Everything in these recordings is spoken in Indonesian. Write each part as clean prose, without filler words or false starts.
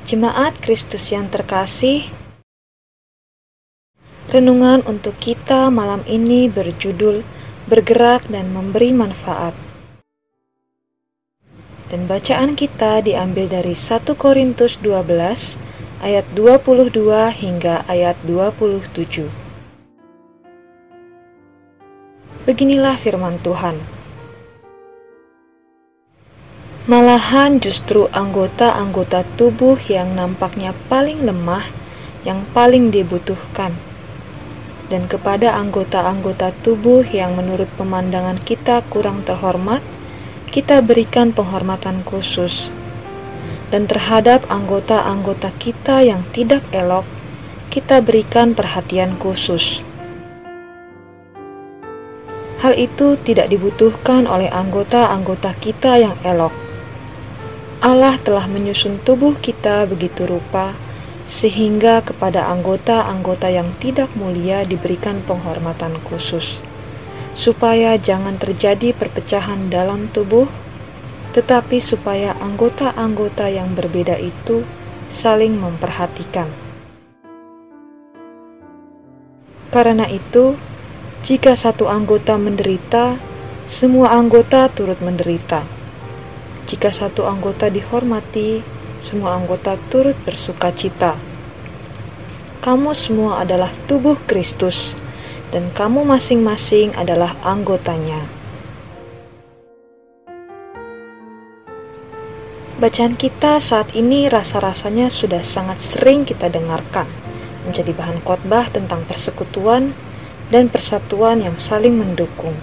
Jemaat Kristus yang terkasih, renungan untuk kita malam ini berjudul Bergerak dan Memberi Manfaat. Dan bacaan kita diambil dari 1 Korintus 12 ayat 22 hingga ayat 27. Beginilah firman Tuhan. Malahan justru anggota-anggota tubuh yang nampaknya paling lemah yang paling dibutuhkan. Dan kepada anggota-anggota tubuh yang menurut pemandangan kita kurang terhormat, kita berikan penghormatan khusus. Dan terhadap anggota-anggota kita yang tidak elok, kita berikan perhatian khusus. Hal itu tidak dibutuhkan oleh anggota-anggota kita yang elok. Allah telah menyusun tubuh kita begitu rupa, sehingga kepada anggota-anggota yang tidak mulia diberikan penghormatan khusus, supaya jangan terjadi perpecahan dalam tubuh, tetapi supaya anggota-anggota yang berbeda itu saling memperhatikan. Karena itu, jika satu anggota menderita, semua anggota turut menderita. Jika satu anggota dihormati, semua anggota turut bersukacita. Kamu semua adalah tubuh Kristus, dan kamu masing-masing adalah anggotanya. Bacaan kita saat ini rasa-rasanya sudah sangat sering kita dengarkan, menjadi bahan khotbah tentang persekutuan dan persatuan yang saling mendukung.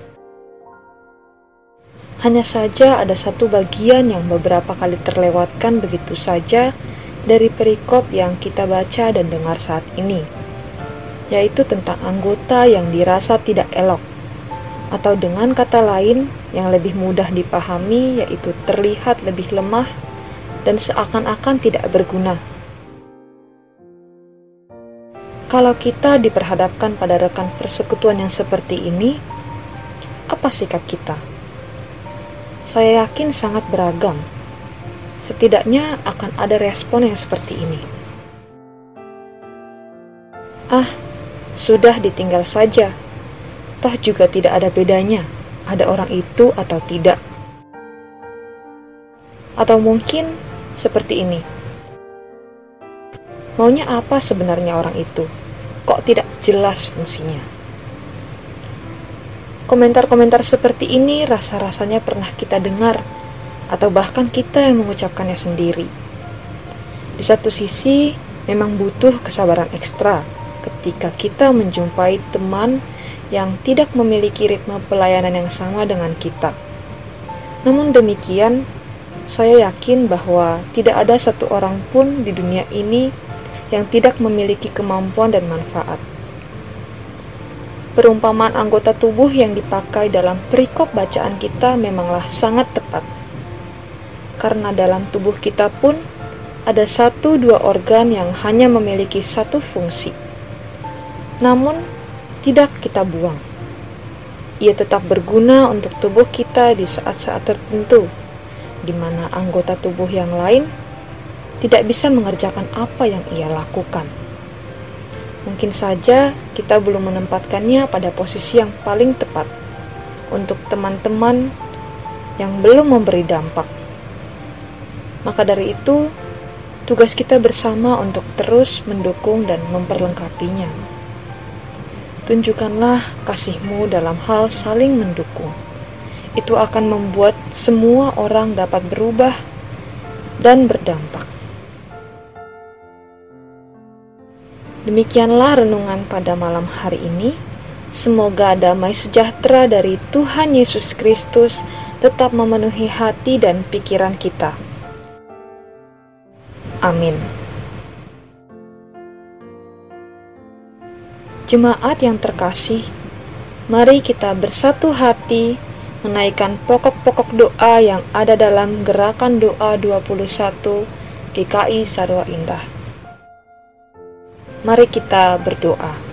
Hanya saja ada satu bagian yang beberapa kali terlewatkan begitu saja dari perikop yang kita baca dan dengar saat ini, yaitu tentang anggota yang dirasa tidak elok, atau dengan kata lain yang lebih mudah dipahami, yaitu terlihat lebih lemah dan seakan-akan tidak berguna. Kalau kita diperhadapkan pada rekan persekutuan yang seperti ini, apa sikap kita? Saya yakin sangat beragam. Setidaknya akan ada respon yang seperti ini. Sudah ditinggal saja. Toh juga tidak ada bedanya, ada orang itu atau tidak. Atau mungkin seperti ini. Maunya apa sebenarnya orang itu? Kok tidak jelas fungsinya? Komentar-komentar seperti ini rasa-rasanya pernah kita dengar, atau bahkan kita yang mengucapkannya sendiri. Di satu sisi, memang butuh kesabaran ekstra ketika kita menjumpai teman yang tidak memiliki ritme pelayanan yang sama dengan kita. Namun demikian, saya yakin bahwa tidak ada satu orang pun di dunia ini yang tidak memiliki kemampuan dan manfaat. Perumpamaan anggota tubuh yang dipakai dalam perikop bacaan kita memanglah sangat tepat. Karena dalam tubuh kita pun ada 1-2 organ yang hanya memiliki satu fungsi. Namun, tidak kita buang. Ia tetap berguna untuk tubuh kita di saat-saat tertentu, di mana anggota tubuh yang lain tidak bisa mengerjakan apa yang ia lakukan. Mungkin saja kita belum menempatkannya pada posisi yang paling tepat untuk teman-teman yang belum memberi dampak. Maka dari itu, tugas kita bersama untuk terus mendukung dan memperlengkapinya. Tunjukkanlah kasih-Mu dalam hal saling mendukung. Itu akan membuat semua orang dapat berubah dan berdampak. Demikianlah renungan pada malam hari ini. Semoga damai sejahtera dari Tuhan Yesus Kristus tetap memenuhi hati dan pikiran kita. Amin. Jemaat yang terkasih, mari kita bersatu hati menaikkan pokok-pokok doa yang ada dalam Gerakan Doa 21 GKI Sarwa Indah. Mari kita berdoa.